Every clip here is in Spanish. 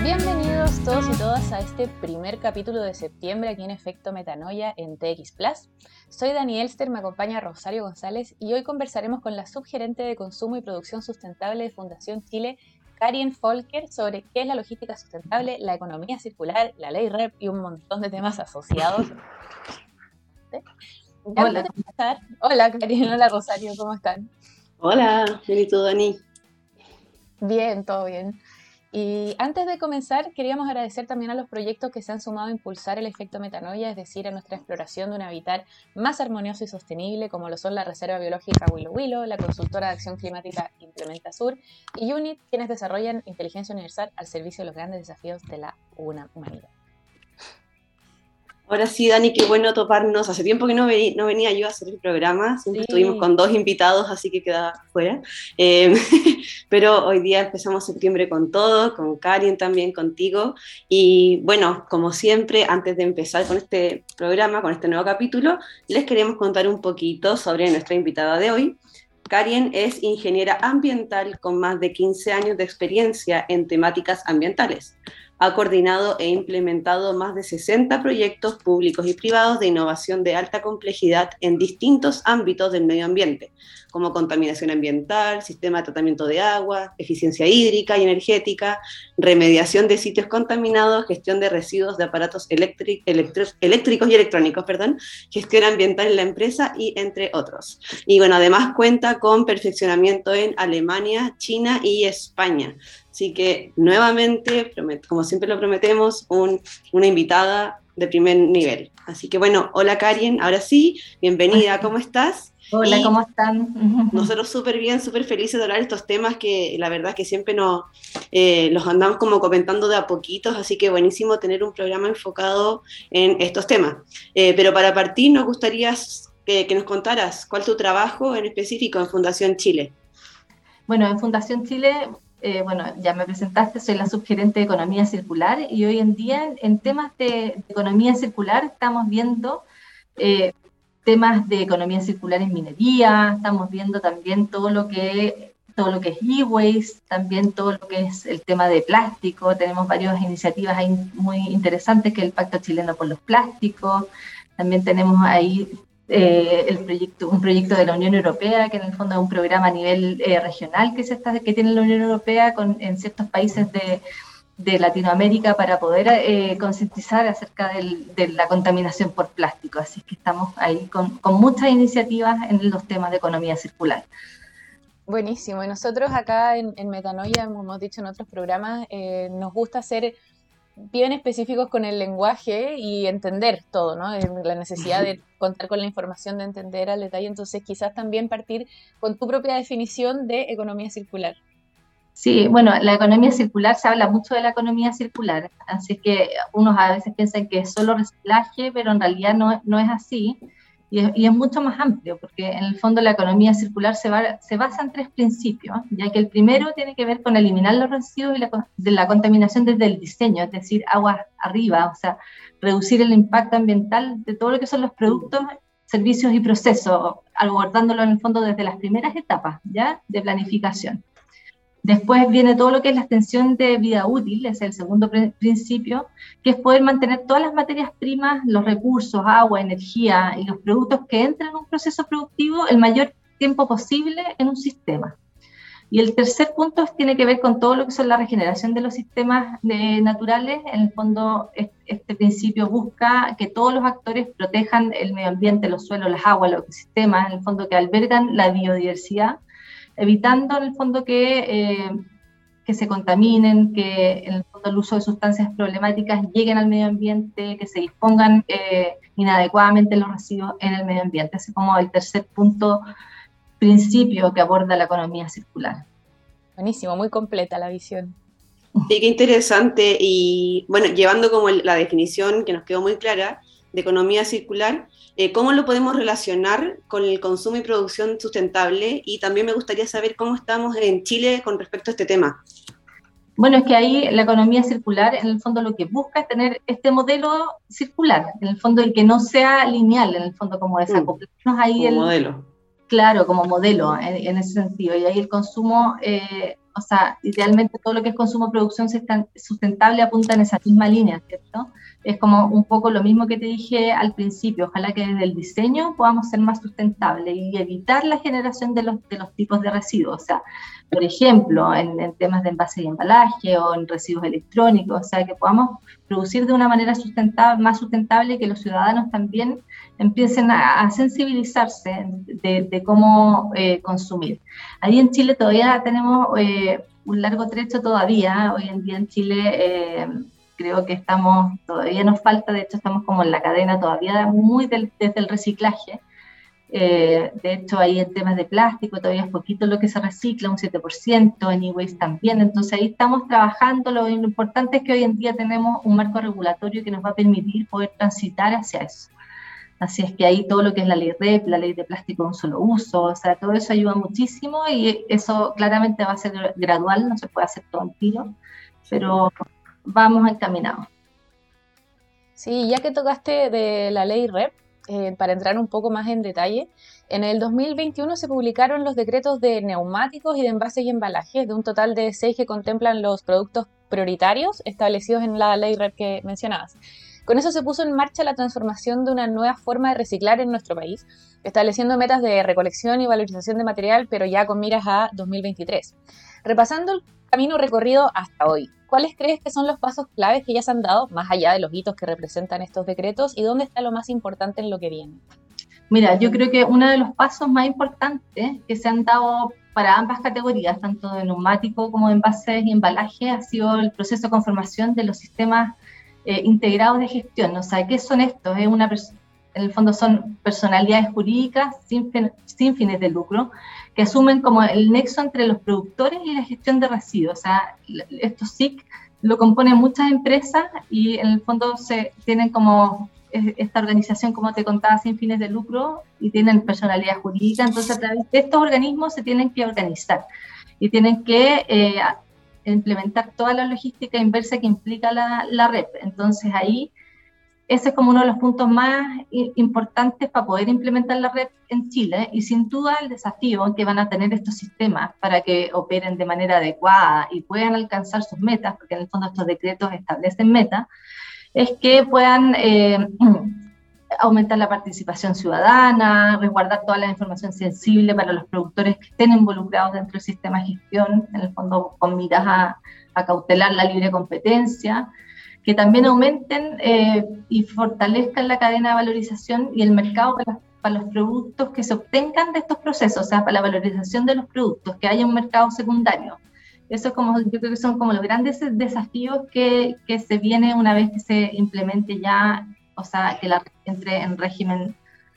Bienvenidos todos y todas a este primer capítulo de septiembre aquí en Efecto Metanoia en TX Plus. Soy Dani Elster, me acompaña Rosario González y hoy conversaremos con la subgerente de Consumo y Producción Sustentable de Fundación Chile, Karin Folker, sobre qué es la logística sustentable, la economía circular, la ley REP y un montón de temas asociados. Hola Karin, hola Rosario, ¿cómo están? Hola, bien, ¿y tú, Dani? Bien, todo bien. Y antes de comenzar, queríamos agradecer también a los proyectos que se han sumado a impulsar el efecto metanoia, es decir, a nuestra exploración de un hábitat más armonioso y sostenible, como lo son la Reserva Biológica Huilo Huilo, la consultora de acción climática Implementa Sur y UNIT, quienes desarrollan inteligencia universal al servicio de los grandes desafíos de la humanidad. Ahora sí, Dani, qué bueno toparnos. Hace tiempo que no venía yo a hacer el programa, siempre estuvimos con 2 invitados, así que quedaba fuera. Pero hoy día empezamos septiembre con todo, con Karin también, contigo. Y bueno, como siempre, antes de empezar con este programa, con este nuevo capítulo, les queremos contar un poquito sobre nuestra invitada de hoy. Karin es ingeniera ambiental con más de 15 años de experiencia en temáticas ambientales. Ha coordinado e implementado más de 60 proyectos públicos y privados de innovación de alta complejidad en distintos ámbitos del medio ambiente, como contaminación ambiental, sistema de tratamiento de agua, eficiencia hídrica y energética, remediación de sitios contaminados, gestión de residuos de aparatos eléctricos y electrónicos, gestión ambiental en la empresa y entre otros. Y bueno, además cuenta con perfeccionamiento en Alemania, China y España. Así que nuevamente, como siempre lo prometemos, una invitada de primer nivel. Así que bueno, hola Karin, ahora sí, bienvenida, ¿cómo estás? Hola, ¿cómo están? Nosotros súper bien, súper felices de hablar de estos temas que la verdad es que siempre los andamos como comentando de a poquitos, así que buenísimo tener un programa enfocado en estos temas. Pero para partir nos gustaría que nos contaras cuál es tu trabajo en específico en Fundación Chile. Bueno, en Fundación Chile, ya me presentaste, soy la subgerente de Economía Circular y hoy en día en temas de economía circular estamos viendo temas de economía circular en minería, estamos viendo también todo lo que es e-waste, también todo lo que es el tema de plástico. Tenemos varias iniciativas ahí muy interesantes, que es el Pacto Chileno por los Plásticos. También tenemos ahí un proyecto de la Unión Europea, que en el fondo es un programa a nivel regional que tiene la Unión Europea en ciertos países de Latinoamérica para poder concientizar acerca de la contaminación por plástico. Así que estamos ahí con muchas iniciativas en los temas de economía circular. Buenísimo, y nosotros acá en Metanoia, hemos dicho en otros programas, nos gusta ser bien específicos con el lenguaje y entender todo, ¿no? La necesidad de contar con la información, de entender al detalle, entonces quizás también partir con tu propia definición de economía circular. Sí, bueno, la economía circular, se habla mucho de la economía circular, así que unos a veces piensan que es solo reciclaje, pero en realidad no es así, y es mucho más amplio, porque en el fondo la economía circular se basa en 3 principios, ya que el primero tiene que ver con eliminar los residuos de la contaminación desde el diseño, es decir, aguas arriba, o sea, reducir el impacto ambiental de todo lo que son los productos, servicios y procesos, abordándolo en el fondo desde las primeras etapas, ¿ya?, de planificación. Después viene todo lo que es la extensión de vida útil, es el segundo principio, que es poder mantener todas las materias primas, los recursos, agua, energía y los productos que entran en un proceso productivo el mayor tiempo posible en un sistema. Y el tercer punto tiene que ver con todo lo que son la regeneración de los sistemas naturales. En el fondo, este principio busca que todos los actores protejan el medio ambiente, los suelos, las aguas, los ecosistemas, en el fondo que albergan la biodiversidad, evitando en el fondo que se contaminen, que en el fondo el uso de sustancias problemáticas lleguen al medio ambiente, que se dispongan inadecuadamente los residuos en el medio ambiente. Ese es como el tercer principio que aborda la economía circular. Buenísimo, muy completa la visión. Sí, qué interesante. Y bueno, llevando como la definición que nos quedó muy clara de economía circular, ¿cómo lo podemos relacionar con el consumo y producción sustentable? Y también me gustaría saber cómo estamos en Chile con respecto a este tema. Bueno, es que ahí la economía circular, en el fondo lo que busca es tener este modelo circular, en el fondo el que no sea lineal, en el fondo como desacoplarnos ahí como modelo. Claro, como modelo en ese sentido. Y ahí el consumo o sea, idealmente todo lo que es consumo, producción sustentable apunta en esa misma línea, ¿cierto? Es como un poco lo mismo que te dije al principio, ojalá que desde el diseño podamos ser más sustentables y evitar la generación de los tipos de residuos, o sea, por ejemplo, en temas de envase y embalaje o en residuos electrónicos, o sea, que podamos producir de una manera sustentable, más sustentable y que los ciudadanos también empiecen a sensibilizarse de cómo consumir. Ahí en Chile todavía tenemos un largo trecho todavía, hoy en día en Chile creo que todavía nos falta, de hecho estamos como en la cadena todavía muy desde el reciclaje. De hecho, ahí en temas de plástico todavía es poquito lo que se recicla, un 7%, en e-waste también, entonces ahí estamos trabajando. Lo importante es que hoy en día tenemos un marco regulatorio que nos va a permitir poder transitar hacia eso. Así es que ahí todo lo que es la ley REP, la ley de plástico de un solo uso, o sea, todo eso ayuda muchísimo y eso claramente va a ser gradual, no se puede hacer todo en tiro, pero vamos encaminados. Sí, ya que tocaste de la ley REP, para entrar un poco más en detalle, en el 2021 se publicaron los decretos de neumáticos y de envases y embalajes, de un total de 6 que contemplan los productos prioritarios establecidos en la ley REP que mencionabas. Con eso se puso en marcha la transformación de una nueva forma de reciclar en nuestro país, estableciendo metas de recolección y valorización de material, pero ya con miras a 2023. Repasando el camino recorrido hasta hoy, ¿cuáles crees que son los pasos claves que ya se han dado, más allá de los hitos que representan estos decretos, y dónde está lo más importante en lo que viene? Mira, yo creo que uno de los pasos más importantes que se han dado para ambas categorías, tanto de neumático como de envases y embalaje, ha sido el proceso de conformación de los sistemas integrados de gestión. O sea, ¿qué son estos? En el fondo son personalidades jurídicas sin fines de lucro, que asumen como el nexo entre los productores y la gestión de residuos. O sea, estos SIC lo componen muchas empresas y en el fondo se tienen como esta organización, como te contaba, sin fines de lucro y tienen personalidad jurídica. Entonces, a través de estos organismos se tienen que organizar y tienen que implementar toda la logística inversa que implica la REP. Entonces, ahí ese es como uno de los puntos más importantes para poder implementar la red en Chile, y sin duda el desafío que van a tener estos sistemas para que operen de manera adecuada y puedan alcanzar sus metas, porque en el fondo estos decretos establecen metas, es que puedan aumentar la participación ciudadana, resguardar toda la información sensible para los productores que estén involucrados dentro del sistema de gestión, en el fondo con miras a cautelar la libre competencia, que también aumenten y fortalezcan la cadena de valorización y el mercado para los productos que se obtengan de estos procesos, o sea, para la valorización de los productos, que haya un mercado secundario. Eso es como, yo creo que son como los grandes desafíos que se viene una vez que se implemente ya, o sea, que la entre en régimen.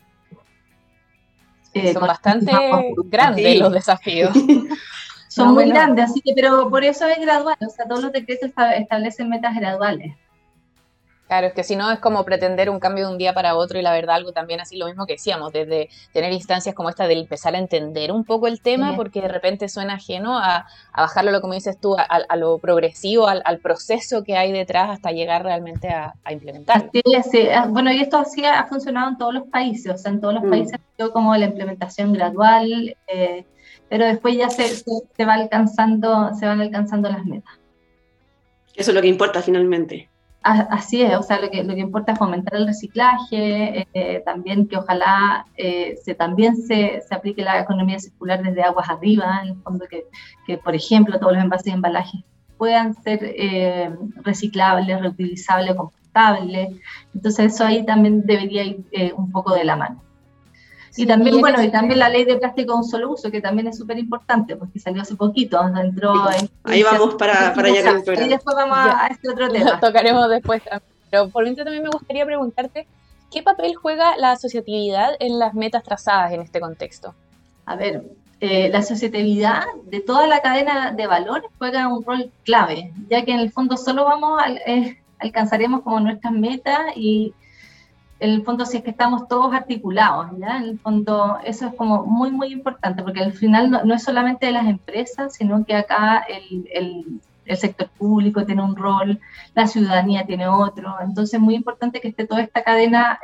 Son bastante grandes los desafíos. Son muy grandes, así que, pero por eso es gradual, o sea, todos los decretos establecen metas graduales. Claro, es que si no es como pretender un cambio de un día para otro, y la verdad algo también así, lo mismo que decíamos, desde tener instancias como esta de empezar a entender un poco el tema, sí, porque de repente suena ajeno a bajarlo, como dices tú, a lo progresivo, al proceso que hay detrás hasta llegar realmente a implementarlo. Sí, sí. Bueno, y esto así ha funcionado en todos los países, o sea, en todos los países ha sido como la implementación gradual, pero después ya se van alcanzando las metas. Eso es lo que importa finalmente. Así es, o sea, lo que importa es fomentar el reciclaje, también que ojalá también se aplique la economía circular desde aguas arriba, en el fondo que, por ejemplo, todos los envases y embalajes puedan ser reciclables, reutilizables, compostables. Entonces eso ahí también debería ir un poco de la mano. Sí, y también, y también la ley de plástico de un solo uso, que también es súper importante, porque salió hace poquito, entró en... Ahí vamos para llegar al programa. Y después vamos a este otro tema. Lo tocaremos después también. Pero por dentro también me gustaría preguntarte, ¿qué papel juega la asociatividad en las metas trazadas en este contexto? A ver, la asociatividad de toda la cadena de valor juega un rol clave, ya que en el fondo solo alcanzaremos como nuestras metas y en el fondo si es que estamos todos articulados, ¿ya? En el fondo eso es como muy, muy importante, porque al final no es solamente de las empresas, sino que acá el sector público tiene un rol, la ciudadanía tiene otro, entonces es muy importante que esté toda esta cadena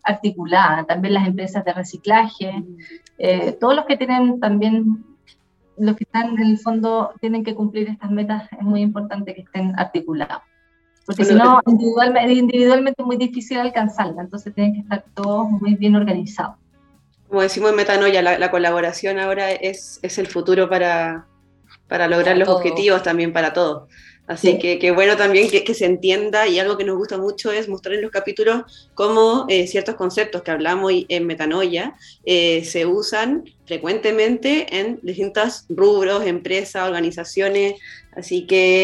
articulada, también las empresas de reciclaje, todos los que tienen también los que están en el fondo tienen que cumplir estas metas, es muy importante que estén articulados. Porque si no, individualmente es muy difícil alcanzarla, entonces tienen que estar todos muy bien organizados. Como decimos en Metanoia, la colaboración ahora es el futuro para lograr los objetivos también para todos. Así que bueno también que se entienda, y algo que nos gusta mucho es mostrar en los capítulos cómo ciertos conceptos que hablamos en Metanoia se usan frecuentemente en distintos rubros, empresas, organizaciones, así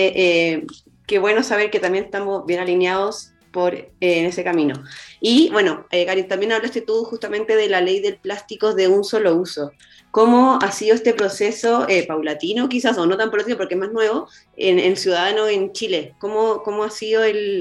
que qué bueno saber que también estamos bien alineados en ese camino. Y bueno, Karin, también hablaste tú justamente de la ley del plástico de un solo uso. ¿Cómo ha sido este proceso paulatino quizás, o no tan paulatino porque es más nuevo, en Ciudadanos en Chile? ¿Cómo ha sido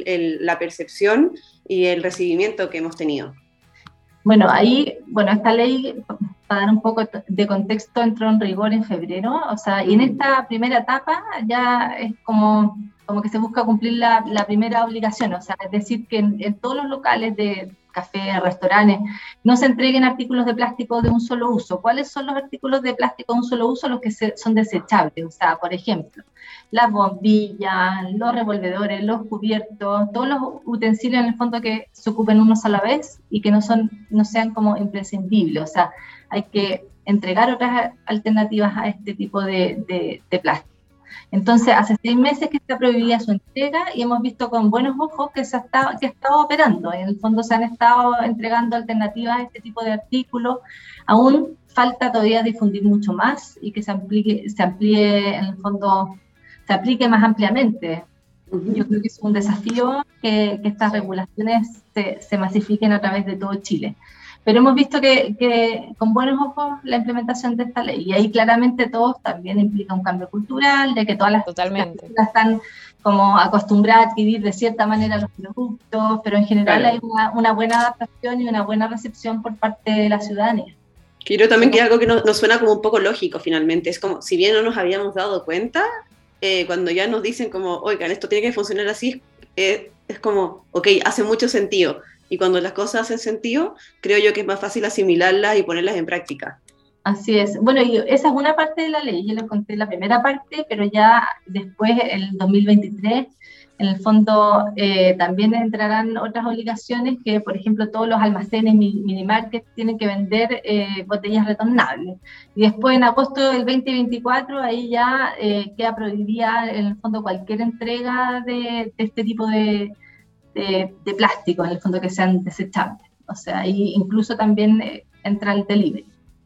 la percepción y el recibimiento que hemos tenido? Bueno, esta ley, para dar un poco de contexto, entró en rigor en febrero, o sea, y en esta primera etapa ya es como que se busca cumplir la primera obligación, o sea, es decir, que en todos los locales de café, restaurantes, no se entreguen artículos de plástico de un solo uso. ¿Cuáles son los artículos de plástico de un solo uso? Los que son desechables, o sea, por ejemplo, las bombillas, los revolvedores, los cubiertos, todos los utensilios en el fondo que se ocupen una sola vez y que no sean como imprescindibles, o sea, hay que entregar otras alternativas a este tipo de plástico. Entonces, hace 6 meses que está prohibida su entrega y hemos visto con buenos ojos que ha estado operando. En el fondo se han estado entregando alternativas a este tipo de artículos. Aún falta todavía difundir mucho más y que se amplíe, en el fondo, se aplique más ampliamente. Yo creo que es un desafío que estas regulaciones se masifiquen a través de todo Chile. Pero hemos visto que con buenos ojos la implementación de esta ley, y ahí claramente todos también implica un cambio cultural, de que todas las personas están como acostumbradas a adquirir de cierta manera los productos, pero en general hay una buena adaptación y una buena recepción por parte de la ciudadanía. Creo también que es algo que nos suena como un poco lógico finalmente, es como, si bien no nos habíamos dado cuenta, cuando ya nos dicen como, oigan, esto tiene que funcionar así, es como, ok, hace mucho sentido. Y cuando las cosas hacen sentido, creo yo que es más fácil asimilarlas y ponerlas en práctica. Así es. Bueno, y esa es una parte de la ley, yo les conté la primera parte, pero ya después, el 2023, en el fondo también entrarán otras obligaciones que, por ejemplo, todos los almacenes, minimarkets, tienen que vender botellas retornables. Y después, en agosto del 2024, ahí ya queda prohibida, en el fondo, cualquier entrega de este tipo de plástico, en el fondo, que sean desechables. O sea, ahí incluso también entra el delivery.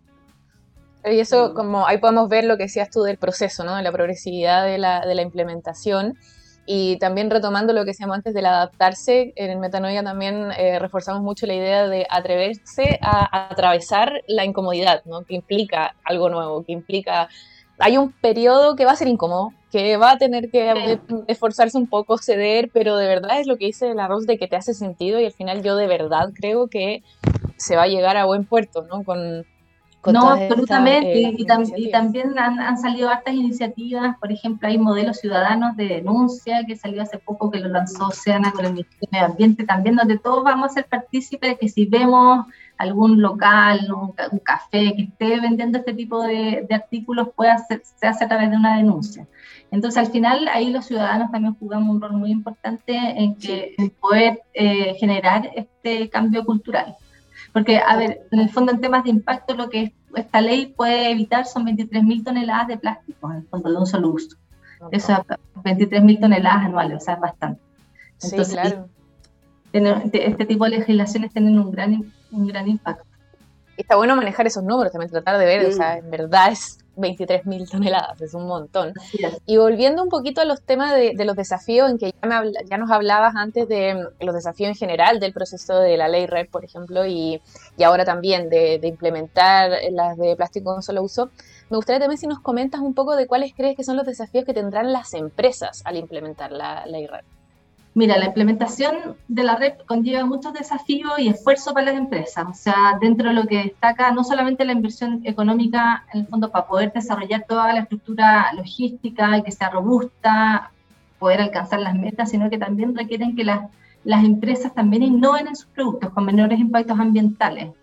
Y eso, como ahí podemos ver lo que decías tú del proceso, ¿no? De la progresividad de la implementación, y también retomando lo que decíamos antes del adaptarse, en Metanoia también reforzamos mucho la idea de atreverse a atravesar la incomodidad, ¿no? Que implica algo nuevo, que implica... Hay un periodo que va a ser incómodo, que va a tener que esforzarse un poco, ceder, pero de verdad es lo que dice el arroz, de que te hace sentido, y al final yo de verdad creo que se va a llegar a buen puerto, ¿no? No, absolutamente, y también han salido hartas iniciativas. Por ejemplo, hay modelos ciudadanos de denuncia que salió hace poco, que lo lanzó Oceana con el Ministerio de Medio Ambiente también, donde todos vamos a ser partícipes de que si vemos algún local, un café que esté vendiendo este tipo de artículos, se hace a través de una denuncia. Entonces, al final, ahí los ciudadanos también jugamos un rol muy importante en poder generar este cambio cultural. Porque, a ver, en el fondo, en temas de impacto, lo que esta ley puede evitar son 23.000 toneladas de plástico, en el fondo, de un solo uso. Eso es 23.000 toneladas anuales, o sea, es bastante. Entonces, sí, claro. Este tipo de legislaciones tienen un gran impacto. Está bueno manejar esos números, también tratar de ver, o sea, en verdad es 23.000 toneladas, es un montón. Y volviendo un poquito a los temas de los desafíos, en que ya nos hablabas antes de los desafíos en general del proceso de la ley RED, por ejemplo, y ahora también de implementar las de plástico de un solo uso, me gustaría también si nos comentas un poco de cuáles crees que son los desafíos que tendrán las empresas al implementar la ley RED. Mira, la implementación de la red conlleva muchos desafíos y esfuerzo para las empresas. O sea, dentro de lo que destaca no solamente la inversión económica, en el fondo, para poder desarrollar toda la estructura logística y que sea robusta, poder alcanzar las metas, sino que también requieren que las empresas también innoven en sus productos con menores impactos ambientales.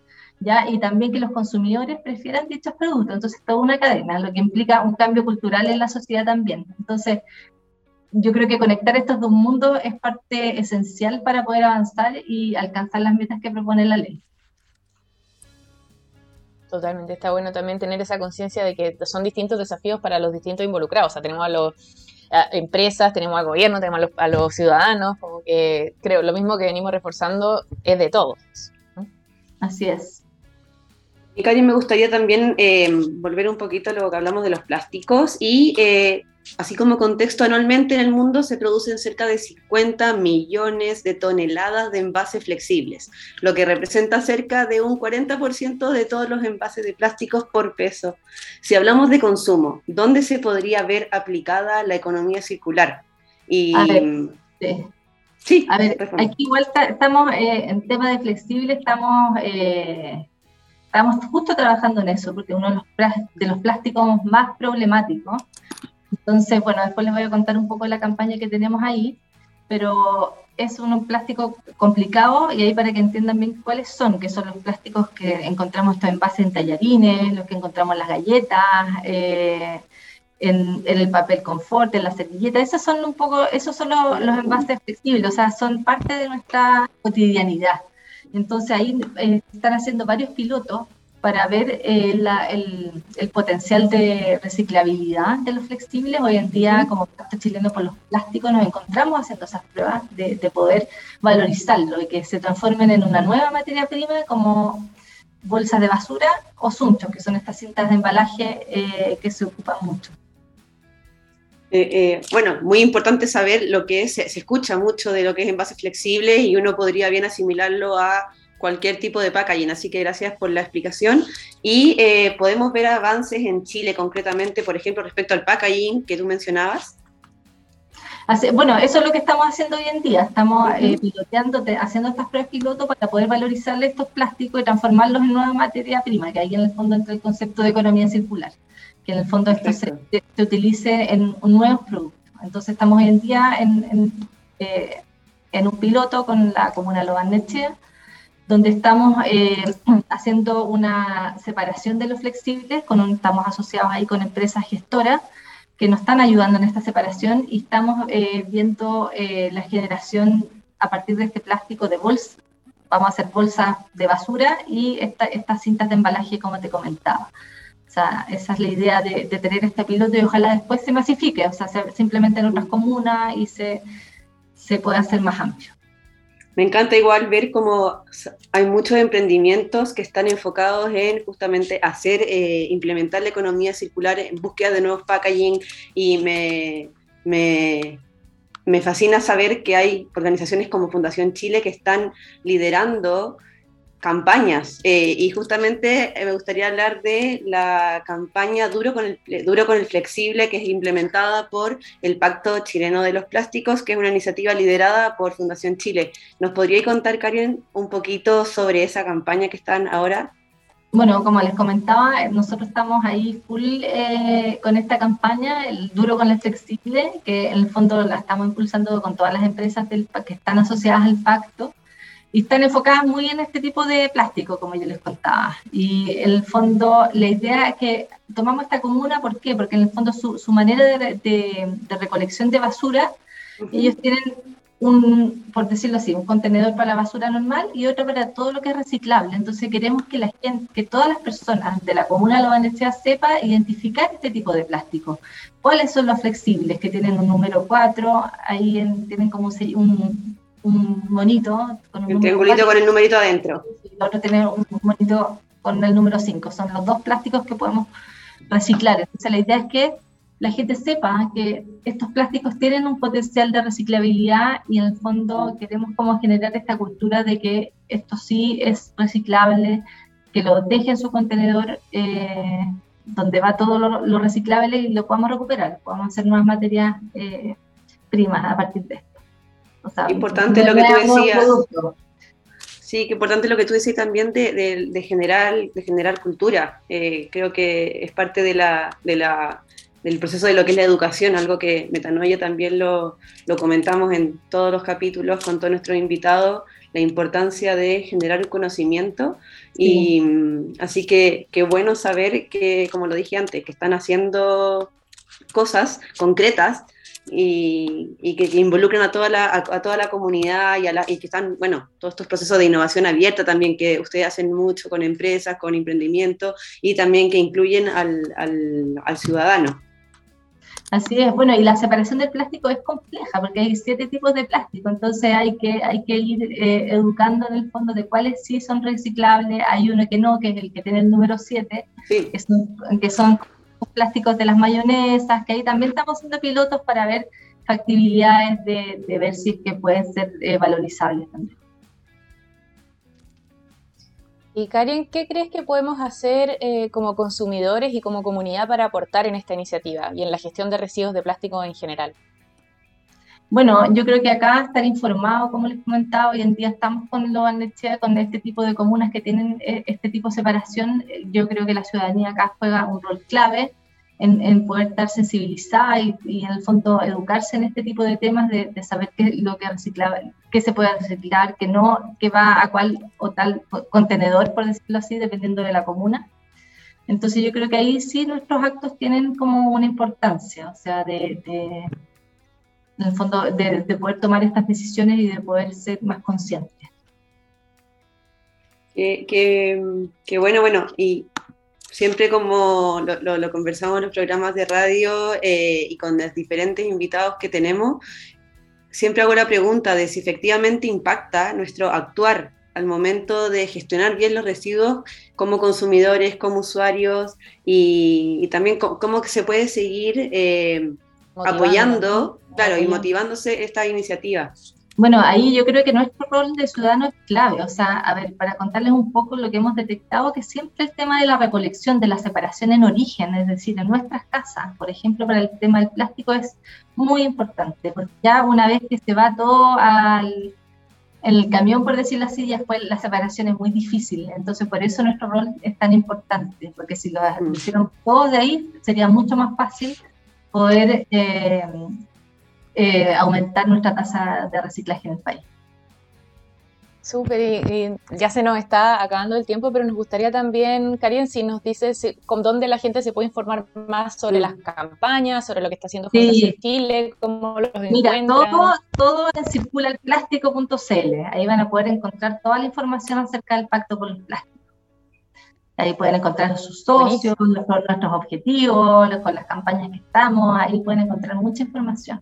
¿ya? Y también que los consumidores prefieran dichos productos. Entonces, toda una cadena, lo que implica un cambio cultural en la sociedad también. Entonces, yo creo que conectar estos dos mundos es parte esencial para poder avanzar y alcanzar las metas que propone la ley. Totalmente, está bueno también tener esa conciencia de que son distintos desafíos para los distintos involucrados. O sea, tenemos a empresas, tenemos al gobierno, tenemos a los ciudadanos, como que creo, lo mismo que venimos reforzando es de todos, ¿no? Así es. Y Karin, me gustaría también volver un poquito a lo que hablamos de los plásticos y así como contexto, anualmente en el mundo se producen cerca de 50 millones de toneladas de envases flexibles, lo que representa cerca de un 40% de todos los envases de plásticos por peso. Si hablamos de consumo, ¿dónde se podría ver aplicada la economía circular? Y a ver, sí. Sí, a ver, aquí igual estamos en tema de flexible, estamos justo trabajando en eso, porque uno de los plásticos más problemáticos. Entonces, bueno, después les voy a contar un poco la campaña que tenemos ahí, pero es un plástico complicado y ahí para que entiendan bien cuáles son, que son los plásticos que encontramos estos envases en tallarines, los que encontramos en las galletas, en el papel confort, en la servilleta, esos son los envases flexibles, o sea, son parte de nuestra cotidianidad. Entonces ahí están haciendo varios pilotos para ver el potencial de reciclabilidad de los flexibles. Hoy en día, como Pacto Chileno por los Plásticos, nos encontramos haciendo esas pruebas de poder valorizarlo y que se transformen en una nueva materia prima como bolsas de basura o sunchos, que son estas cintas de embalaje que se ocupan mucho. Bueno, muy importante saber lo que es, se escucha mucho de lo que es envases flexibles y uno podría bien asimilarlo a cualquier tipo de packaging, así que gracias por la explicación. Y podemos ver avances en Chile concretamente, por ejemplo, respecto al packaging que tú mencionabas. Bueno, eso es lo que estamos haciendo hoy en día, estamos piloteando, haciendo estas pruebas piloto para poder valorizar estos plásticos y transformarlos en nueva materia prima, que ahí en el fondo entra el concepto de economía circular, que en el fondo esto se utilice en nuevos productos. Entonces estamos hoy en día en un piloto con la comuna de Lo Barnechea, donde estamos haciendo una separación de los flexibles, estamos asociados ahí con empresas gestoras que nos están ayudando en esta separación y estamos viendo la generación a partir de este plástico de bolsa. Vamos a hacer bolsas de basura y estas cintas de embalaje, como te comentaba. O sea, esa es la idea de tener este piloto y ojalá después se masifique, o sea, simplemente en otras comunas y se pueda hacer más amplio. Me encanta igual ver cómo hay muchos emprendimientos que están enfocados en justamente implementar la economía circular en búsqueda de nuevos packaging y me fascina saber que hay organizaciones como Fundación Chile que están liderando campañas y justamente me gustaría hablar de la campaña Duro con el Flexible, que es implementada por el Pacto Chileno de los Plásticos, que es una iniciativa liderada por Fundación Chile. ¿Nos podría contar, Karin, un poquito sobre esa campaña que están ahora? Bueno, como les comentaba, nosotros estamos ahí full con esta campaña, el Duro con el Flexible, que en el fondo la estamos impulsando con todas las empresas que están asociadas al pacto. Y están enfocadas muy en este tipo de plástico, como yo les contaba. Y en el fondo, la idea es que tomamos esta comuna, ¿por qué? Porque en el fondo su manera de recolección de basura, ellos tienen por decirlo así, un contenedor para la basura normal y otro para todo lo que es reciclable. Entonces queremos que todas las personas de la comuna de Lo Barnechea sepan identificar este tipo de plástico. ¿Cuáles son los flexibles? Que tienen un número 4, ahí tienen como un monito con un triangulito con el numerito adentro. Y el otro tiene un monito con el número 5. Son los dos plásticos que podemos reciclar. Entonces la idea es que la gente sepa que estos plásticos tienen un potencial de reciclabilidad y en el fondo queremos como generar esta cultura de que esto sí es reciclable, que lo deje en su contenedor donde va todo lo reciclable y lo podamos recuperar, podamos hacer nuevas materias primas a partir de esto. O sea, importante lo que tú decías. Sí, que importante lo que tú decías también de generar cultura. Creo que es parte del proceso de lo que es la educación, algo que Metanoia también lo comentamos en todos los capítulos con todos nuestros invitados. la importancia de generar conocimiento. Sí. Y así que qué bueno saber que, como lo dije antes, que están haciendo cosas concretas y que involucran a toda la comunidad y que están, bueno, todos estos procesos de innovación abierta también que ustedes hacen mucho con empresas, con emprendimiento y también que incluyen al ciudadano. Así es, bueno, y la separación del plástico es compleja porque hay 7 tipos de plástico, entonces hay que ir educando en el fondo de cuáles sí son reciclables, hay uno que no, que es el que tiene el número 7, sí. que son plásticos de las mayonesas, que ahí también estamos haciendo pilotos para ver factibilidades de ver si es que pueden ser valorizables también. Y Karen, ¿qué crees que podemos hacer como consumidores y como comunidad para aportar en esta iniciativa y en la gestión de residuos de plástico en general? Bueno, yo creo que acá estar informado, como les comentaba, hoy en día estamos con Lo Barnechea, con este tipo de comunas que tienen este tipo de separación. Yo creo que la ciudadanía acá juega un rol clave en poder estar sensibilizada y en el fondo educarse en este tipo de temas, de saber qué se puede reciclar, qué no, qué va a cuál o tal contenedor, por decirlo así, dependiendo de la comuna. Entonces yo creo que ahí sí nuestros actos tienen como una importancia, o sea, en el fondo de poder tomar estas decisiones y de poder ser más conscientes. Qué bueno, y siempre como lo conversamos en los programas de radio y con los diferentes invitados que tenemos, siempre hago la pregunta de si efectivamente impacta nuestro actuar al momento de gestionar bien los residuos como consumidores, como usuarios y también cómo se puede seguir apoyando, ¿no? Claro, y motivándose esta iniciativa. Bueno, ahí yo creo que nuestro rol de ciudadano es clave, o sea, a ver, para contarles un poco lo que hemos detectado, que siempre el tema de la recolección, de la separación en origen, es decir, en nuestras casas, por ejemplo, para el tema del plástico es muy importante, porque ya una vez que se va todo el camión, por decirlo así, ya después la separación es muy difícil, entonces por eso nuestro rol es tan importante, porque si lo hicieron todos de ahí, sería mucho más fácil poder aumentar nuestra tasa de reciclaje en el país. Súper, y ya se nos está acabando el tiempo, pero nos gustaría también, Karen, si nos dices con dónde la gente se puede informar más sobre las campañas, sobre lo que está haciendo Fundación Chile, cómo los encuentran. Mira, todo en circulalplástico.cl, ahí van a poder encontrar toda la información acerca del Pacto por el Plástico. Ahí pueden encontrar a sus socios, nuestros objetivos, con las campañas que estamos, ahí pueden encontrar mucha información.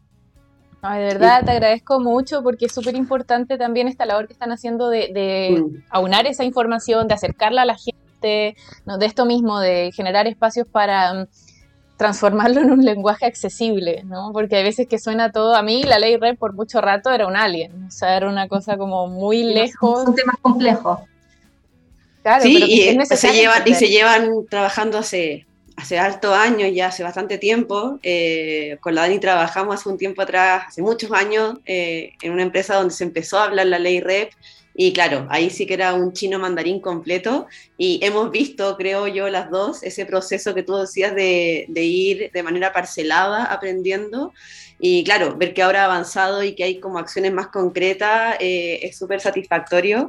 Ay, de verdad, te agradezco mucho porque es súper importante también esta labor que están haciendo de aunar esa información, de acercarla a la gente, ¿no? De esto mismo, de generar espacios para transformarlo en un lenguaje accesible, ¿no? Porque hay veces que suena todo, a mí la ley REP por mucho rato era un alien, o sea, era una cosa como muy lejos. Son temas complejos. Claro, sí, pero se llevan trabajando hace hartos años, ya hace bastante tiempo. Con la Dani trabajamos hace un tiempo atrás, hace muchos años, en una empresa donde se empezó a hablar la ley REP, y claro, ahí sí que era un chino mandarín completo, y hemos visto, creo yo, las dos, ese proceso que tú decías de ir de manera parcelada aprendiendo, y claro, ver que ahora ha avanzado y que hay como acciones más concretas, es súper satisfactorio.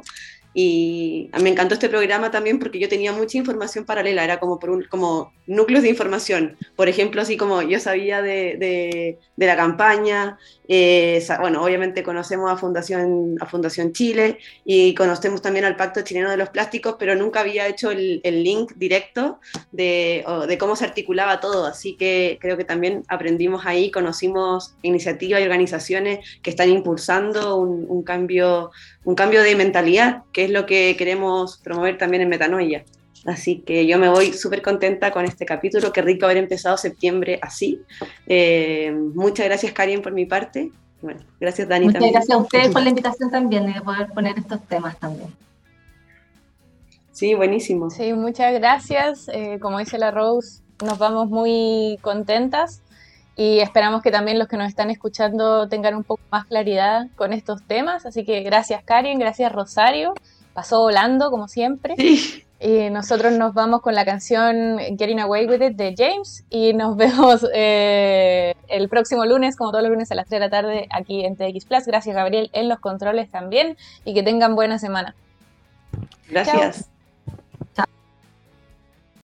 Y me encantó este programa también porque yo tenía mucha información paralela, era como como núcleos de información. Por ejemplo, así como yo sabía de la campaña, bueno, obviamente conocemos a Fundación Chile y conocemos también al Pacto Chileno de los Plásticos, pero nunca había hecho el link directo de cómo se articulaba todo. Así que creo que también aprendimos ahí, conocimos iniciativas y organizaciones que están impulsando un cambio de mentalidad, que es lo que queremos promover también en Metanoia. Así que yo me voy súper contenta con este capítulo, qué rico haber empezado septiembre así. Muchas gracias, Karen, por mi parte. Bueno, gracias, Dani, muchas también. Muchas gracias a ustedes por la invitación también, de poder poner estos temas también. Sí, buenísimo. Sí, muchas gracias. Como dice la Rose, nos vamos muy contentas. Y esperamos que también los que nos están escuchando tengan un poco más claridad con estos temas. Así que gracias, Karen, gracias, Rosario. Pasó volando, como siempre. Sí. Y nosotros nos vamos con la canción Getting Away With It de James y nos vemos el próximo lunes, como todos los lunes a las 3 de la tarde aquí en TX Plus. Gracias, Gabriel, en los controles también y que tengan buena semana. Gracias. Chao.